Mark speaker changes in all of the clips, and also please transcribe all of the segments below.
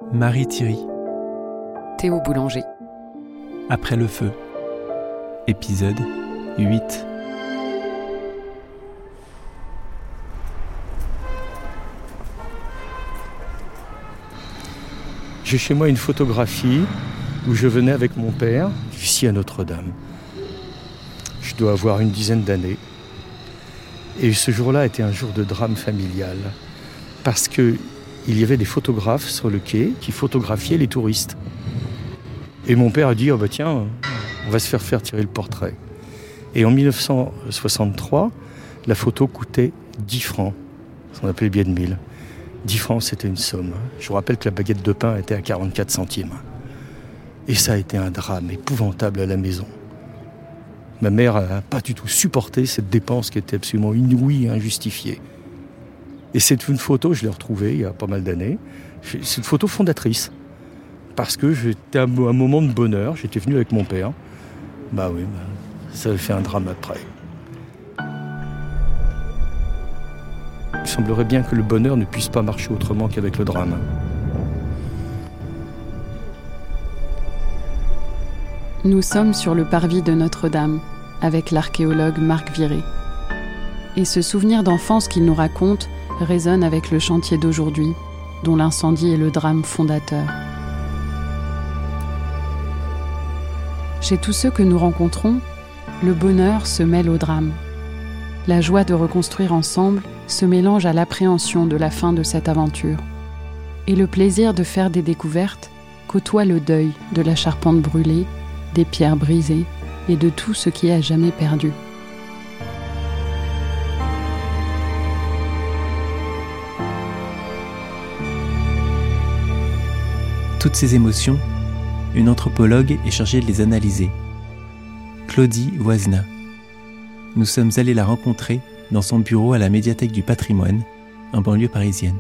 Speaker 1: Marie Thierry.
Speaker 2: Théo Boulanger.
Speaker 1: Après le feu. Épisode 8.
Speaker 3: J'ai chez moi une photographie où je venais avec mon père, ici à Notre-Dame. Je dois avoir une dizaine d'années. Et ce jour-là était un jour de drame familial. Parce qu'il y avait des photographes sur le quai qui photographiaient les touristes. Et mon père a dit, tiens, on va se faire tirer le portrait. Et en 1963, la photo coûtait 10 francs. On appelait le billet de 1000. 10 francs, c'était une somme. Je vous rappelle que la baguette de pain était à 44 centimes. Et ça a été un drame épouvantable à la maison. Ma mère n'a pas du tout supporté cette dépense qui était absolument inouïe et injustifiée. Et c'est une photo, je l'ai retrouvée il y a pas mal d'années. C'est une photo fondatrice. Parce que j'étais à un moment de bonheur, j'étais venu avec mon père. Ça a fait un drame après. Il semblerait bien que le bonheur ne puisse pas marcher autrement qu'avec le drame.
Speaker 2: Nous sommes sur le parvis de Notre-Dame, avec l'archéologue Marc Viré. Et ce souvenir d'enfance qu'il nous raconte résonne avec le chantier d'aujourd'hui, dont l'incendie est le drame fondateur. Chez tous ceux que nous rencontrons, le bonheur se mêle au drame. La joie de reconstruire ensemble se mélange à l'appréhension de la fin de cette aventure. Et le plaisir de faire des découvertes côtoie le deuil de la charpente brûlée, des pierres brisées et de tout ce qui est à jamais perdu.
Speaker 1: Toutes ces émotions, une anthropologue est chargée de les analyser. Claudie Voisna. Nous sommes allés la rencontrer dans son bureau à la médiathèque du patrimoine, en banlieue parisienne.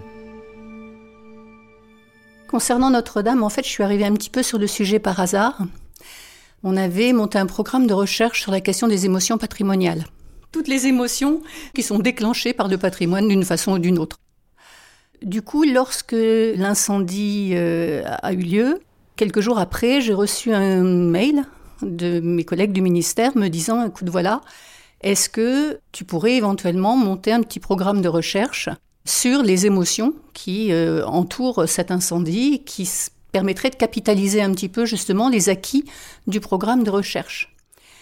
Speaker 4: Concernant Notre-Dame, en fait, je suis arrivée un petit peu sur le sujet par hasard. On avait monté un programme de recherche sur la question des émotions patrimoniales. Toutes les émotions qui sont déclenchées par le patrimoine d'une façon ou d'une autre. Du coup, lorsque l'incendie a eu lieu, quelques jours après, j'ai reçu un mail de mes collègues du ministère me disant « Écoute, voilà, est-ce que tu pourrais éventuellement monter un petit programme de recherche sur les émotions qui entourent cet incendie, qui permettrait de capitaliser un petit peu justement les acquis du programme de recherche ?»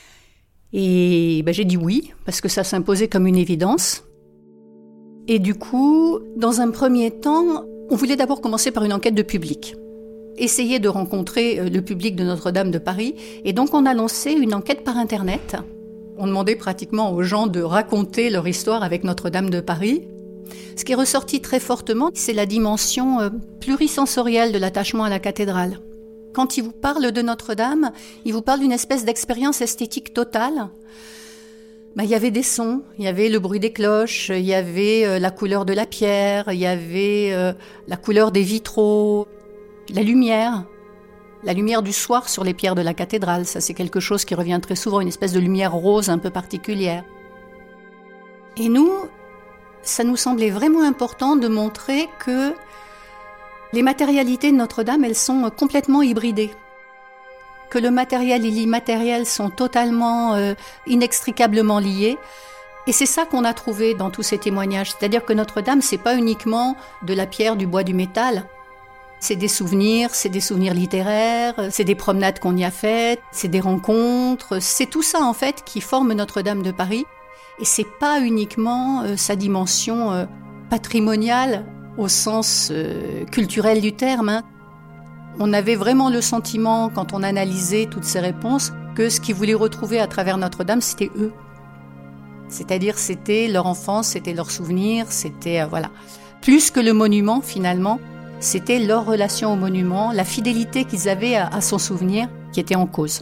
Speaker 4: Et j'ai dit oui, parce que ça s'imposait comme une évidence. Et du coup, dans un premier temps, on voulait d'abord commencer par une enquête de public. Essayer de rencontrer le public de Notre-Dame de Paris. Et donc, on a lancé une enquête par Internet. On demandait pratiquement aux gens de raconter leur histoire avec Notre-Dame de Paris. Ce qui est ressorti très fortement, c'est la dimension plurisensorielle de l'attachement à la cathédrale. Quand il vous parle de Notre-Dame, il vous parle d'une espèce d'expérience esthétique totale. Il y avait des sons, il y avait le bruit des cloches, il y avait la couleur de la pierre, il y avait la couleur des vitraux, la lumière du soir sur les pierres de la cathédrale. Ça, c'est quelque chose qui revient très souvent, une espèce de lumière rose un peu particulière. Et nous, ça nous semblait vraiment important de montrer que les matérialités de Notre-Dame, elles sont complètement hybridées. Que le matériel et l'immatériel sont totalement, inextricablement liés. Et c'est ça qu'on a trouvé dans tous ces témoignages. C'est-à-dire que Notre-Dame, c'est pas uniquement de la pierre, du bois, du métal. C'est des souvenirs littéraires, c'est des promenades qu'on y a faites, c'est des rencontres. C'est tout ça, en fait, qui forme Notre-Dame de Paris. Et c'est pas uniquement sa dimension patrimoniale au sens culturel du terme. On avait vraiment le sentiment, quand on analysait toutes ces réponses, que ce qu'ils voulaient retrouver à travers Notre-Dame, c'était eux. C'est-à-dire, c'était leur enfance, c'était leurs souvenirs, c'était, Plus que le monument, finalement, c'était leur relation au monument, la fidélité qu'ils avaient à son souvenir qui était en cause.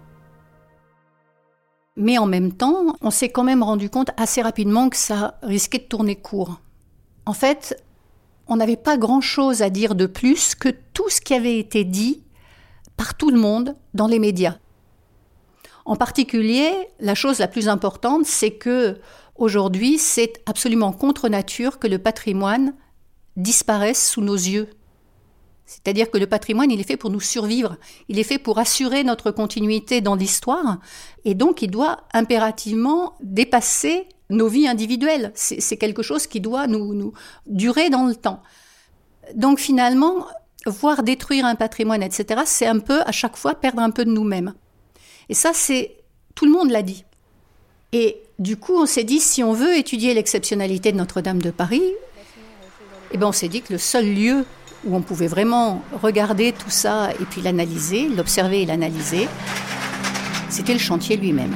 Speaker 4: Mais en même temps, on s'est quand même rendu compte assez rapidement que ça risquait de tourner court. En fait, on n'avait pas grand-chose à dire de plus que tout ce qui avait été dit par tout le monde dans les médias. En particulier, la chose la plus importante, c'est que aujourd'hui, c'est absolument contre nature que le patrimoine disparaisse sous nos yeux. C'est-à-dire que le patrimoine, il est fait pour nous survivre. Il est fait pour assurer notre continuité dans l'histoire. Et donc, il doit impérativement dépasser nos vies individuelles. C'est quelque chose qui doit nous durer dans le temps. Donc, finalement, voir détruire un patrimoine, etc., c'est un peu, à chaque fois, perdre un peu de nous-mêmes. Et ça, tout le monde l'a dit. Et du coup, on s'est dit, si on veut étudier l'exceptionnalité de Notre-Dame de Paris, on s'est dit que le seul lieu où on pouvait vraiment regarder tout ça et puis l'analyser, l'observer et l'analyser, c'était le chantier lui-même.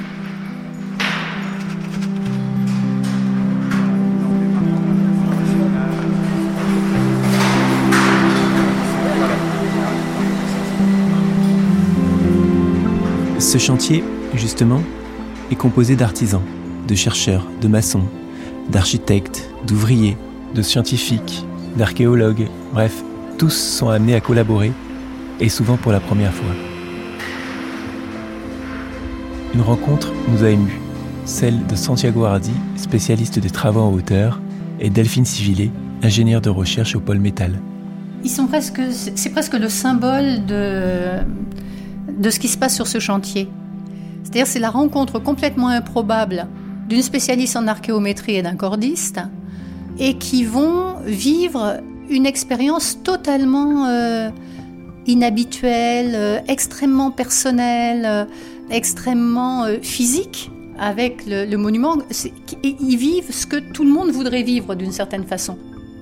Speaker 1: Ce chantier, justement, est composé d'artisans, de chercheurs, de maçons, d'architectes, d'ouvriers, de scientifiques, d'archéologues, bref, tous sont amenés à collaborer, et souvent pour la première fois. Une rencontre nous a émus, celle de Santiago Hardy, spécialiste des travaux en hauteur, et Delphine Civillet, ingénieure de recherche au pôle métal.
Speaker 4: C'est presque le symbole de ce qui se passe sur ce chantier. C'est-à-dire c'est la rencontre complètement improbable d'une spécialiste en archéométrie et d'un cordiste, et qui vont vivre une expérience totalement inhabituelle, extrêmement personnelle, extrêmement physique avec le monument. Ils vivent ce que tout le monde voudrait vivre d'une certaine façon.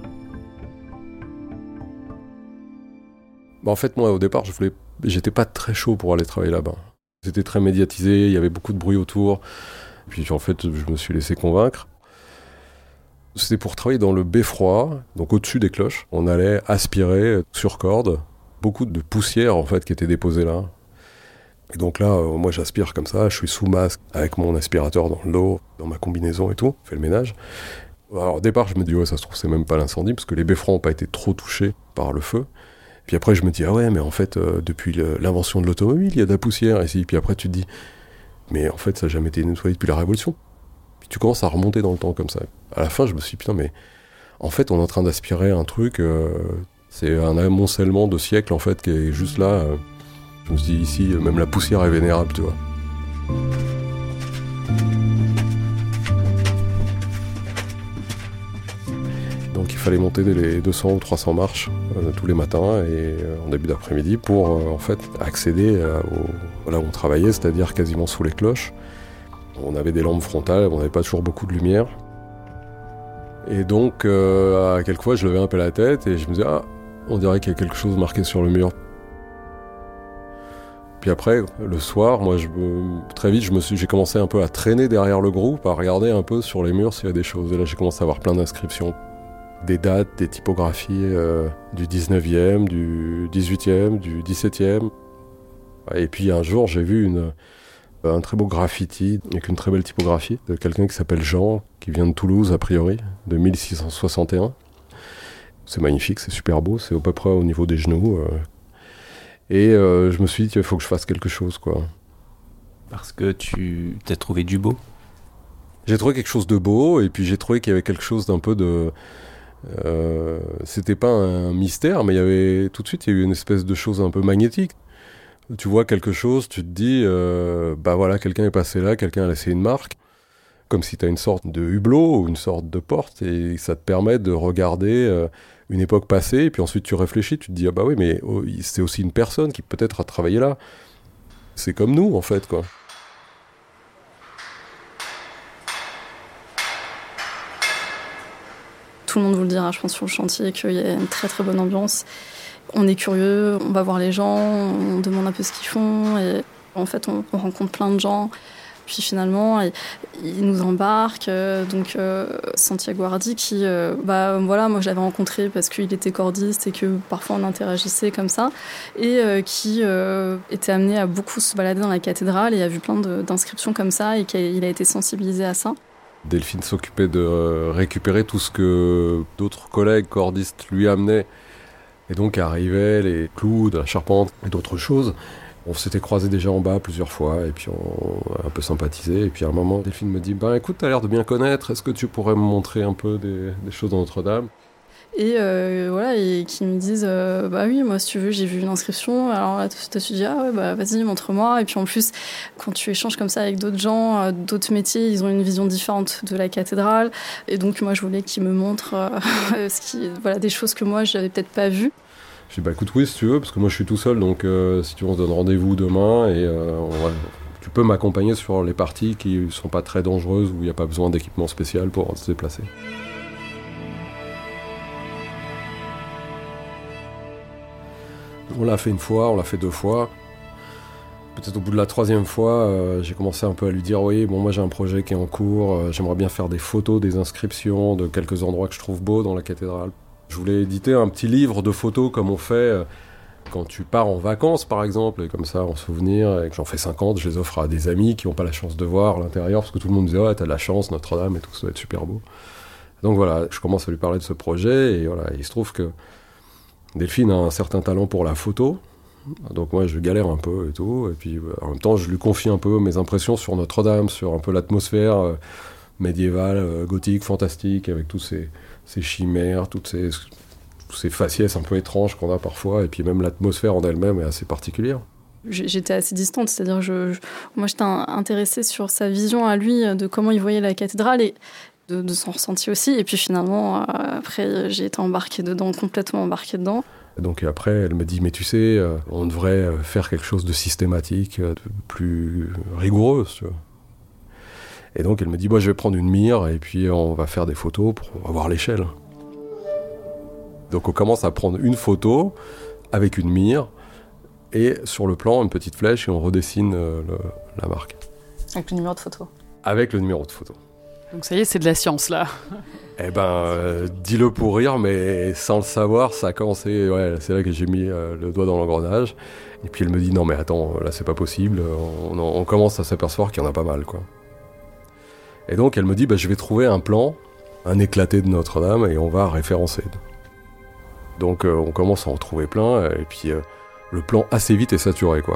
Speaker 5: En fait, moi, au départ, j'étais pas très chaud pour aller travailler là-bas. C'était très médiatisé, il y avait beaucoup de bruit autour. Puis en fait, je me suis laissé convaincre. C'était pour travailler dans le beffroi, donc au-dessus des cloches. On allait aspirer sur corde beaucoup de poussière en fait qui était déposée là. Et donc là, moi j'aspire comme ça, je suis sous masque avec mon aspirateur dans le dos, dans ma combinaison et tout, je fais le ménage. Alors au départ, je me dis ça se trouve c'est même pas l'incendie parce que les beffrois n'ont pas été trop touchés par le feu. Puis après je me dis mais en fait depuis l'invention de l'automobile, il y a de la poussière ici. Puis après tu te dis mais en fait ça n'a jamais été nettoyé depuis la Révolution. Puis tu commences à remonter dans le temps comme ça. À la fin, je me suis dit, putain, mais en fait, on est en train d'aspirer un truc, c'est un amoncellement de siècles, en fait, qui est juste là. Je me suis dit, ici, même la poussière est vénérable, tu vois. Donc il fallait monter les 200 ou 300 marches tous les matins et en début d'après-midi pour, en fait, accéder là où on travaillait, c'est-à-dire quasiment sous les cloches. On avait des lampes frontales, on n'avait pas toujours beaucoup de lumière. Et donc, à quelques fois, je levais un peu la tête et je me disais, on dirait qu'il y a quelque chose marqué sur le mur. Puis après, le soir, moi, très vite, j'ai commencé un peu à traîner derrière le groupe, à regarder un peu sur les murs s'il y a des choses. Et là, j'ai commencé à avoir plein d'inscriptions. Des dates, des typographies du 19e, du 18e, du 17e. Et puis un jour, j'ai vu un très beau graffiti, avec une très belle typographie, de quelqu'un qui s'appelle Jean, qui vient de Toulouse, a priori, de 1661. C'est magnifique, c'est super beau, c'est à peu près au niveau des genoux. Et je me suis dit, il faut que je fasse quelque chose, quoi.
Speaker 1: Parce que tu t'as trouvé du beau ?
Speaker 5: J'ai trouvé quelque chose de beau, et puis j'ai trouvé qu'il y avait quelque chose d'un peu de... c'était pas un mystère, mais tout de suite, il y a eu une espèce de chose un peu magnétique. Tu vois quelque chose, tu te dis, voilà, quelqu'un est passé là, quelqu'un a laissé une marque, comme si tu as une sorte de hublot ou une sorte de porte, et ça te permet de regarder une époque passée, et puis ensuite tu réfléchis, tu te dis, oui, mais c'est aussi une personne qui peut-être a travaillé là. C'est comme nous, en fait, quoi.
Speaker 6: Tout le monde vous le dira, je pense, sur le chantier, qu'il y a une très très bonne ambiance. On est curieux, on va voir les gens, on demande un peu ce qu'ils font. Et en fait, on rencontre plein de gens. Puis finalement, ils nous embarquent. Donc Santiago Hardy, qui, moi je l'avais rencontré parce qu'il était cordiste et que parfois on interagissait comme ça. Et qui était amené à beaucoup se balader dans la cathédrale et a vu plein d'inscriptions comme ça et qu'il a été sensibilisé à ça.
Speaker 5: Delphine s'occupait de récupérer tout ce que d'autres collègues cordistes lui amenaient. Et donc arrivaient les clous de la charpente et d'autres choses. On s'était croisés déjà en bas plusieurs fois et puis on a un peu sympathisé. Et puis à un moment, Delphine me dit écoute, t'as l'air de bien connaître, est-ce que tu pourrais me montrer un peu des choses de Notre-Dame ?
Speaker 6: Et voilà, et qui me disent bah oui, moi si tu veux, j'ai vu une inscription. Alors là, tu te dis ah ouais, bah vas-y, montre-moi. Et puis en plus, quand tu échanges comme ça avec d'autres gens, d'autres métiers, ils ont une vision différente de la cathédrale. Et donc moi, je voulais qu'ils me montrent voilà, des choses que moi, j'avais peut-être pas vues.
Speaker 5: Je dis bah écoute, oui, si tu veux, parce que moi je suis tout seul, donc si tu veux, on se donne rendez-vous demain et tu peux m'accompagner sur les parties qui sont pas très dangereuses, où il n'y a pas besoin d'équipement spécial pour se déplacer. On l'a fait une fois, on l'a fait 2 fois. Peut-être au bout de la 3e fois, j'ai commencé un peu à lui dire oui, bon, moi j'ai un projet qui est en cours, j'aimerais bien faire des photos, des inscriptions de quelques endroits que je trouve beaux dans la cathédrale. Je voulais éditer un petit livre de photos comme on fait quand tu pars en vacances par exemple, et comme ça en souvenir, et que j'en fais 50, je les offre à des amis qui n'ont pas la chance de voir l'intérieur, parce que tout le monde disait ouais, t'as de la chance, Notre-Dame et tout, ça doit être super beau. Donc voilà, je commence à lui parler de ce projet, et voilà, il se trouve que Delphine a un certain talent pour la photo, donc moi je galère un peu et tout, et puis en même temps je lui confie un peu mes impressions sur Notre-Dame, sur un peu l'atmosphère médiévale, gothique, fantastique, avec tous ces chimères, toutes ces faciès un peu étranges qu'on a parfois, et puis même l'atmosphère en elle-même est assez particulière.
Speaker 6: J'étais assez distante, c'est-à-dire moi j'étais intéressée sur sa vision à lui, de comment il voyait la cathédrale, et de son ressenti aussi, et puis finalement après j'ai été complètement embarquée dedans.
Speaker 5: Donc après elle me dit mais tu sais, on devrait faire quelque chose de systématique, de plus rigoureux, tu vois. Et donc elle me dit je vais prendre une mire et puis on va faire des photos pour avoir l'échelle. Donc on commence à prendre une photo avec une mire et sur le plan une petite flèche et on redessine la marque.
Speaker 6: Avec le numéro de photo.
Speaker 5: Avec le numéro de photo.
Speaker 2: Donc ça y est, c'est de la science là.
Speaker 5: Eh ben, dis-le pour rire, mais sans le savoir, ça a commencé. Ouais, c'est là que j'ai mis le doigt dans l'engrenage. Et puis elle me dit non mais attends, là c'est pas possible. On commence à s'apercevoir qu'il y en a pas mal, quoi. Et donc elle me dit je vais trouver un plan, un éclaté de Notre-Dame, et on va référencer. Donc on commence à en trouver plein, et puis le plan assez vite est saturé, quoi.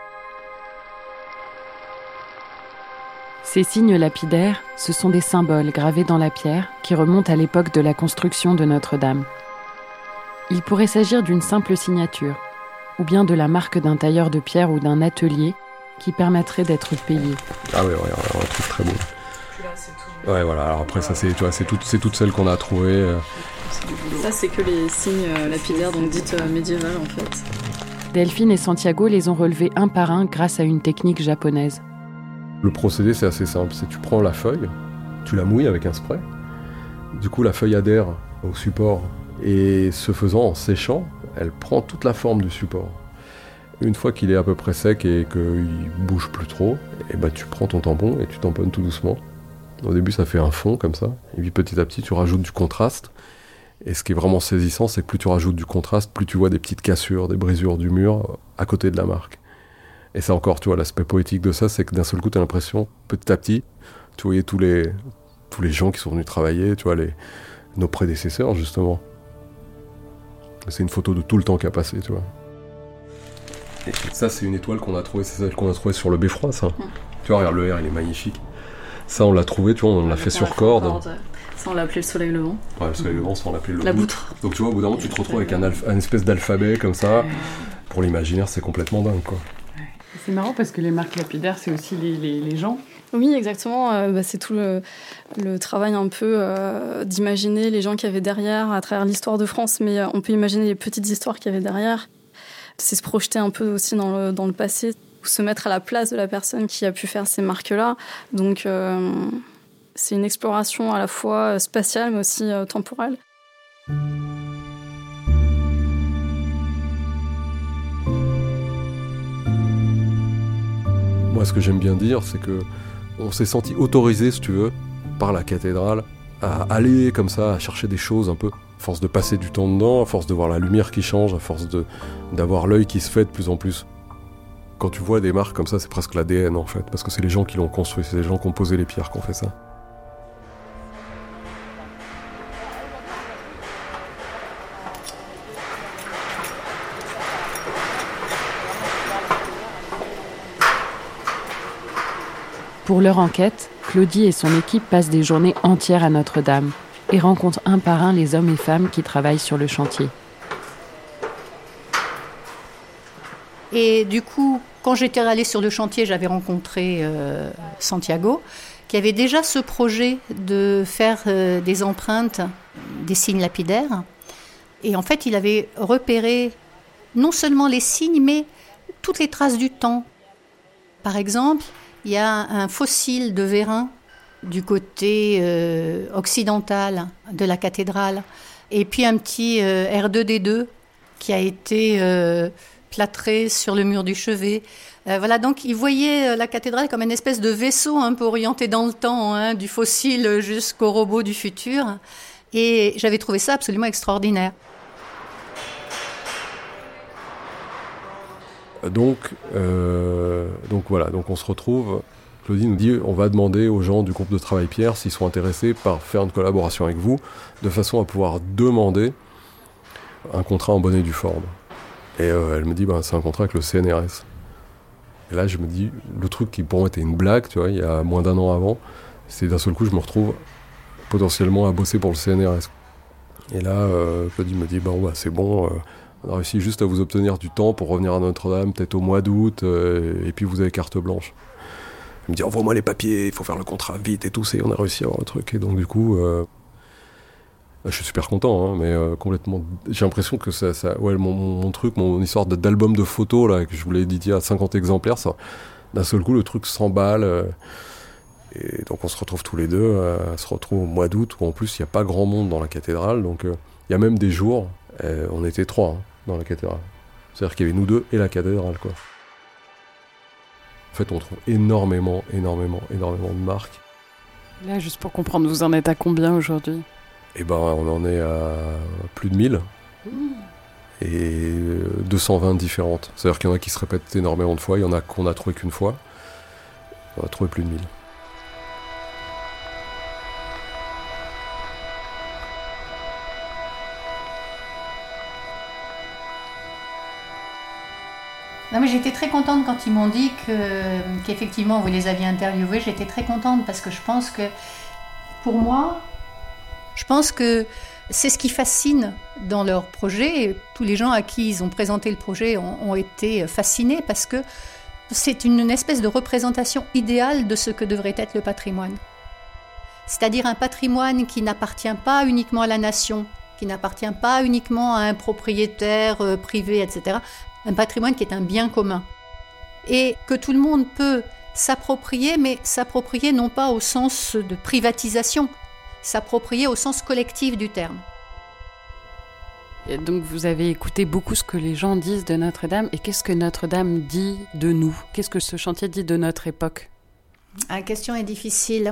Speaker 2: Ces signes lapidaires, ce sont des symboles gravés dans la pierre qui remontent à l'époque de la construction de Notre-Dame. Il pourrait s'agir d'une simple signature, ou bien de la marque d'un tailleur de pierre ou d'un atelier qui permettrait d'être payé.
Speaker 5: Ah oui, un truc très beau.
Speaker 6: Là, c'est tout.
Speaker 5: Ouais, voilà. Alors après, ça, c'est toutes celles qu'on a trouvées.
Speaker 6: Ça, c'est que les signes lapidaires, donc dites médiévales, en fait.
Speaker 2: Delphine et Santiago les ont relevés un par un grâce à une technique japonaise.
Speaker 5: Le procédé, c'est assez simple. C'est tu prends la feuille, tu la mouilles avec un spray. Du coup, la feuille adhère au support. Et ce faisant, en séchant, elle prend toute la forme du support. Une fois qu'il est à peu près sec et qu'il bouge plus trop, et tu prends ton tampon et tu tamponnes tout doucement. Au début, ça fait un fond comme ça. Et puis petit à petit, tu rajoutes du contraste. Et ce qui est vraiment saisissant, c'est que plus tu rajoutes du contraste, plus tu vois des petites cassures, des brisures du mur à côté de la marque. Et ça encore, tu vois, l'aspect poétique de ça, c'est que d'un seul coup, tu as l'impression, petit à petit, tu voyais tous les gens qui sont venus travailler, tu vois, nos prédécesseurs, justement. C'est une photo de tout le temps qui a passé, tu vois. Et ça, c'est une étoile qu'on a trouvée, c'est celle qu'on a trouvée sur le beffroi, ça. Tu vois, regarde, le R, il est magnifique. Ça, on l'a trouvé, tu vois, on l'a fait sur corde.
Speaker 6: Ça, on l'a appelé le soleil levant.
Speaker 5: Ouais, le soleil levant, ça, on l'appelait le
Speaker 6: la boutre.
Speaker 5: Donc, tu vois, au bout d'un moment, tu te retrouves avec un espèce d'alphabet comme ça. Pour l'imaginaire, c'est complètement dingue, quoi.
Speaker 2: C'est marrant parce que les marques lapidaires, c'est aussi les gens.
Speaker 6: Oui, exactement. C'est tout le travail un peu d'imaginer les gens qu'il y avait derrière à travers l'histoire de France, mais on peut imaginer les petites histoires qu'il y avait derrière. C'est se projeter un peu aussi dans le passé, se mettre à la place de la personne qui a pu faire ces marques-là. Donc, c'est une exploration à la fois spatiale, mais aussi temporelle.
Speaker 5: Moi, ce que j'aime bien dire, c'est que on s'est senti autorisé, si tu veux, par la cathédrale, à aller comme ça, à chercher des choses un peu. À force de passer du temps dedans, à force de voir la lumière qui change, à force d'avoir l'œil qui se fait de plus en plus. Quand tu vois des marques comme ça, c'est presque l'ADN en fait, parce que c'est les gens qui l'ont construit, c'est les gens qui ont posé les pierres qui ont fait ça.
Speaker 2: Pour leur enquête, Claudie et son équipe passent des journées entières à Notre-Dame, et rencontre un par un les hommes et femmes qui travaillent sur le chantier.
Speaker 4: Et du coup, quand j'étais allée sur le chantier, j'avais rencontré Santiago, qui avait déjà ce projet de faire des empreintes, des signes lapidaires. Et en fait, il avait repéré non seulement les signes, mais toutes les traces du temps. Par exemple, il y a un fossile de vérin du côté occidental de la cathédrale, et puis un petit R2D2 qui a été plâtré sur le mur du chevet. Voilà, donc il voyait la cathédrale comme une espèce de vaisseau un peu orienté dans le temps, du fossile jusqu'au robot du futur. Et j'avais trouvé ça absolument extraordinaire.
Speaker 5: Donc voilà, donc on se retrouve. Claudie nous dit, on va demander aux gens du groupe de travail Pierre s'ils sont intéressés par faire une collaboration avec vous, de façon à pouvoir demander un contrat en bonne et due forme. Et elle me dit, c'est un contrat avec le CNRS. Et là, je me dis, le truc qui pour moi était une blague, tu vois, il y a moins d'1 an avant, c'est d'un seul coup, je me retrouve potentiellement à bosser pour le CNRS. Et là, Claudie me dit, c'est bon, on a réussi juste à vous obtenir du temps pour revenir à Notre-Dame, peut-être au mois d'août, et puis vous avez carte blanche. Elle me dit, envoie-moi les papiers, il faut faire le contrat vite et tout, on a réussi à avoir le truc. Et donc du coup, je suis super content, mais complètement... J'ai l'impression que mon truc, mon histoire d'album de photos, là, que je voulais éditer à 50 exemplaires, ça, d'un seul coup, le truc s'emballe. Et donc on se retrouve tous les deux, on se retrouve au mois d'août, où en plus, il n'y a pas grand monde dans la cathédrale. Donc il y a même des jours, on était 3 dans la cathédrale. C'est-à-dire qu'il y avait nous 2 et la cathédrale, quoi. En fait, on trouve énormément de marques.
Speaker 2: Là, juste pour comprendre, vous en êtes à combien aujourd'hui ?
Speaker 5: Eh on en est à plus de 1000. Et 220 différentes. C'est-à-dire qu'il y en a qui se répètent énormément de fois, il y en a qu'on a trouvé qu'une fois. On a trouvé plus de 1000.
Speaker 4: Non, mais j'étais très contente quand ils m'ont dit qu'effectivement vous les aviez interviewés. J'étais très contente parce que je pense que, pour moi, c'est ce qui fascine dans leur projet. Et tous les gens à qui ils ont présenté le projet ont été fascinés parce que c'est une espèce de représentation idéale de ce que devrait être le patrimoine. C'est-à-dire un patrimoine qui n'appartient pas uniquement à la nation, qui n'appartient pas uniquement à un propriétaire privé, etc. Un patrimoine qui est un bien commun. Et que tout le monde peut s'approprier, mais s'approprier non pas au sens de privatisation, s'approprier au sens collectif du terme.
Speaker 2: Et donc vous avez écouté beaucoup ce que les gens disent de Notre-Dame. Et qu'est-ce que Notre-Dame dit de nous ? Qu'est-ce que ce chantier dit de notre époque ?
Speaker 4: La question est difficile.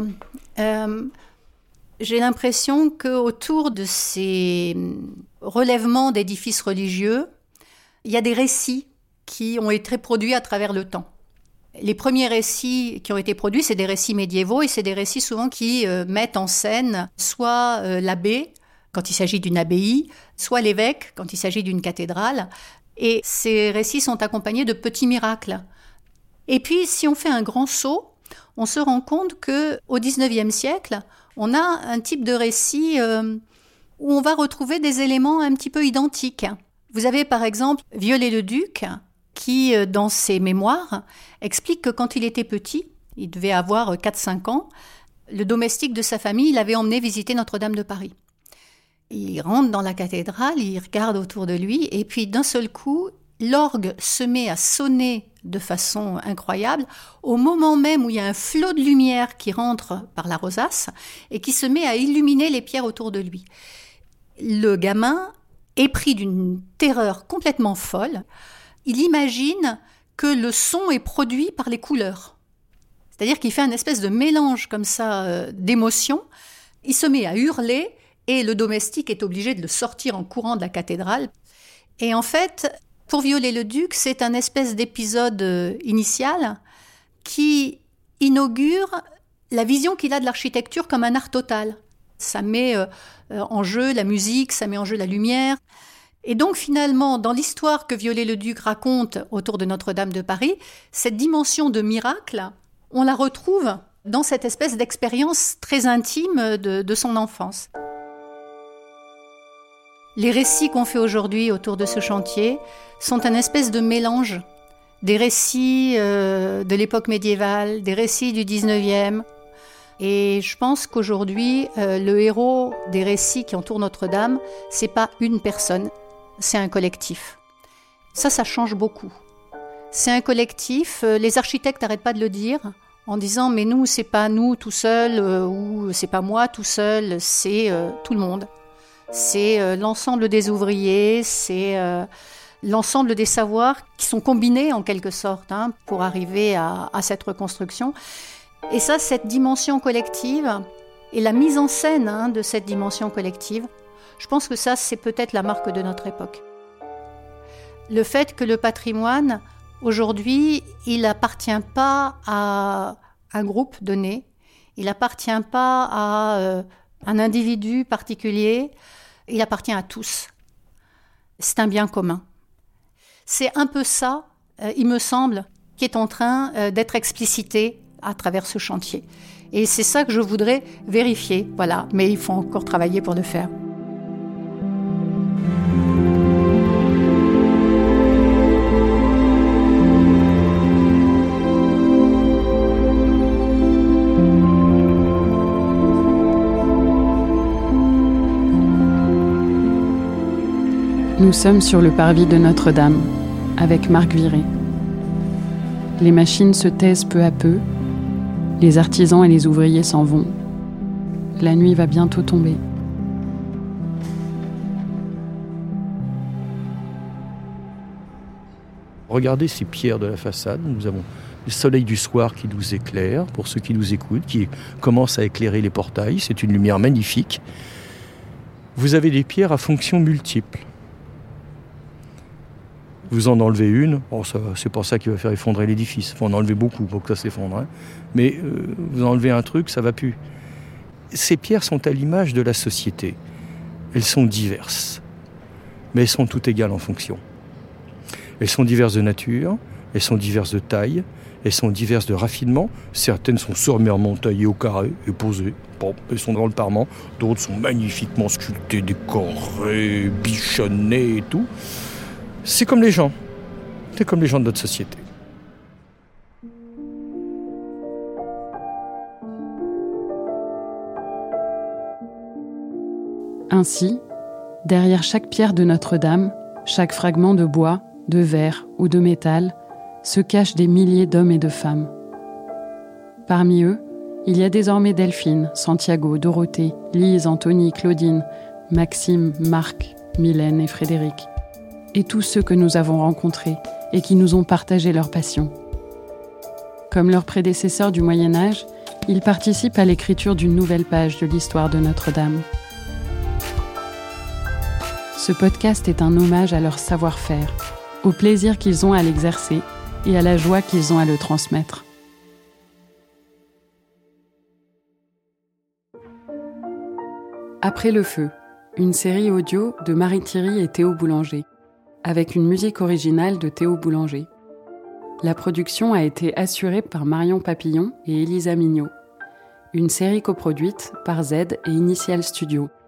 Speaker 4: J'ai l'impression qu'autour de ces relèvements d'édifices religieux, il y a des récits qui ont été produits à travers le temps. Les premiers récits qui ont été produits, c'est des récits médiévaux et c'est des récits souvent qui mettent en scène soit l'abbé, quand il s'agit d'une abbaye, soit l'évêque, quand il s'agit d'une cathédrale. Et ces récits sont accompagnés de petits miracles. Et puis, si on fait un grand saut, on se rend compte qu'au XIXe siècle, on a un type de récit où on va retrouver des éléments un petit peu identiques. Vous avez par exemple Viollet-le-Duc qui, dans ses mémoires, explique que quand il était petit, il devait avoir 4-5 ans, le domestique de sa famille l'avait emmené visiter Notre-Dame de Paris. Il rentre dans la cathédrale, il regarde autour de lui, et puis d'un seul coup, l'orgue se met à sonner de façon incroyable, au moment même où il y a un flot de lumière qui rentre par la rosace et qui se met à illuminer les pierres autour de lui. Le gamin est pris d'une terreur complètement folle. Il imagine que le son est produit par les couleurs. C'est-à-dire qu'il fait un espèce de mélange comme ça d'émotions. Il se met à hurler et le domestique est obligé de le sortir en courant de la cathédrale. Et en fait, pour Viollet-le-Duc, c'est un espèce d'épisode initial qui inaugure la vision qu'il a de l'architecture comme un art total. Ça met en jeu la musique, ça met en jeu la lumière. Et donc finalement, dans l'histoire que Viollet-le-Duc raconte autour de Notre-Dame de Paris, cette dimension de miracle, on la retrouve dans cette espèce d'expérience très intime de son enfance. Les récits qu'on fait aujourd'hui autour de ce chantier sont un espèce de mélange des récits de l'époque médiévale, des récits du 19e. Et je pense qu'aujourd'hui, le héros des récits qui entourent Notre-Dame, c'est pas une personne, c'est un collectif. Ça change beaucoup. C'est un collectif, les architectes n'arrêtent pas de le dire, en disant « mais nous, c'est pas nous tout seuls, ou c'est pas moi tout seul, c'est tout le monde ». C'est l'ensemble des ouvriers, c'est l'ensemble des savoirs qui sont combinés en quelque sorte pour arriver à cette reconstruction. Et ça, cette dimension collective et la mise en scène de cette dimension collective, je pense que ça, c'est peut-être la marque de notre époque. Le fait que le patrimoine, aujourd'hui, il n'appartient pas à un groupe donné, il n'appartient pas à un individu particulier, il appartient à tous. C'est un bien commun. C'est un peu ça, il me semble, qui est en train d'être explicité à travers ce chantier. Et c'est ça que je voudrais vérifier, voilà. Mais il faut encore travailler pour le faire.
Speaker 2: Nous sommes sur le parvis de Notre-Dame, avec Marc Viré. Les machines se taisent peu à peu, les artisans et les ouvriers s'en vont. La nuit va bientôt tomber.
Speaker 3: Regardez ces pierres de la façade. Nous avons le soleil du soir qui nous éclaire, pour ceux qui nous écoutent, qui commence à éclairer les portails. C'est une lumière magnifique. Vous avez des pierres à fonctions multiples. Vous en enlevez une, c'est pas ça qui va faire effondrer l'édifice. Il faut en enlever beaucoup pour que ça s'effondre. Mais vous enlevez un truc, ça va plus. Ces pierres sont à l'image de la société. Elles sont diverses, mais elles sont toutes égales en fonction. Elles sont diverses de nature, elles sont diverses de taille, elles sont diverses de raffinement. Certaines sont sommairement taillées au carré et posées. Bon, elles sont dans le parement. D'autres sont magnifiquement sculptées, décorées, bichonnées et tout. C'est comme les gens. C'est comme les gens de notre société.
Speaker 2: Ainsi, derrière chaque pierre de Notre-Dame, chaque fragment de bois, de verre ou de métal, se cachent des milliers d'hommes et de femmes. Parmi eux, il y a désormais Delphine, Santiago, Dorothée, Lise, Anthony, Claudine, Maxime, Marc, Mylène et Frédéric. Et tous ceux que nous avons rencontrés et qui nous ont partagé leur passion. Comme leurs prédécesseurs du Moyen-Âge, ils participent à l'écriture d'une nouvelle page de l'histoire de Notre-Dame. Ce podcast est un hommage à leur savoir-faire, au plaisir qu'ils ont à l'exercer et à la joie qu'ils ont à le transmettre. Après le feu, une série audio de Marie Thierry et Théo Boulanger, avec une musique originale de Théo Boulanger. La production a été assurée par Marion Papillon et Elisa Mignot. Une série coproduite par Z et Initial Studio.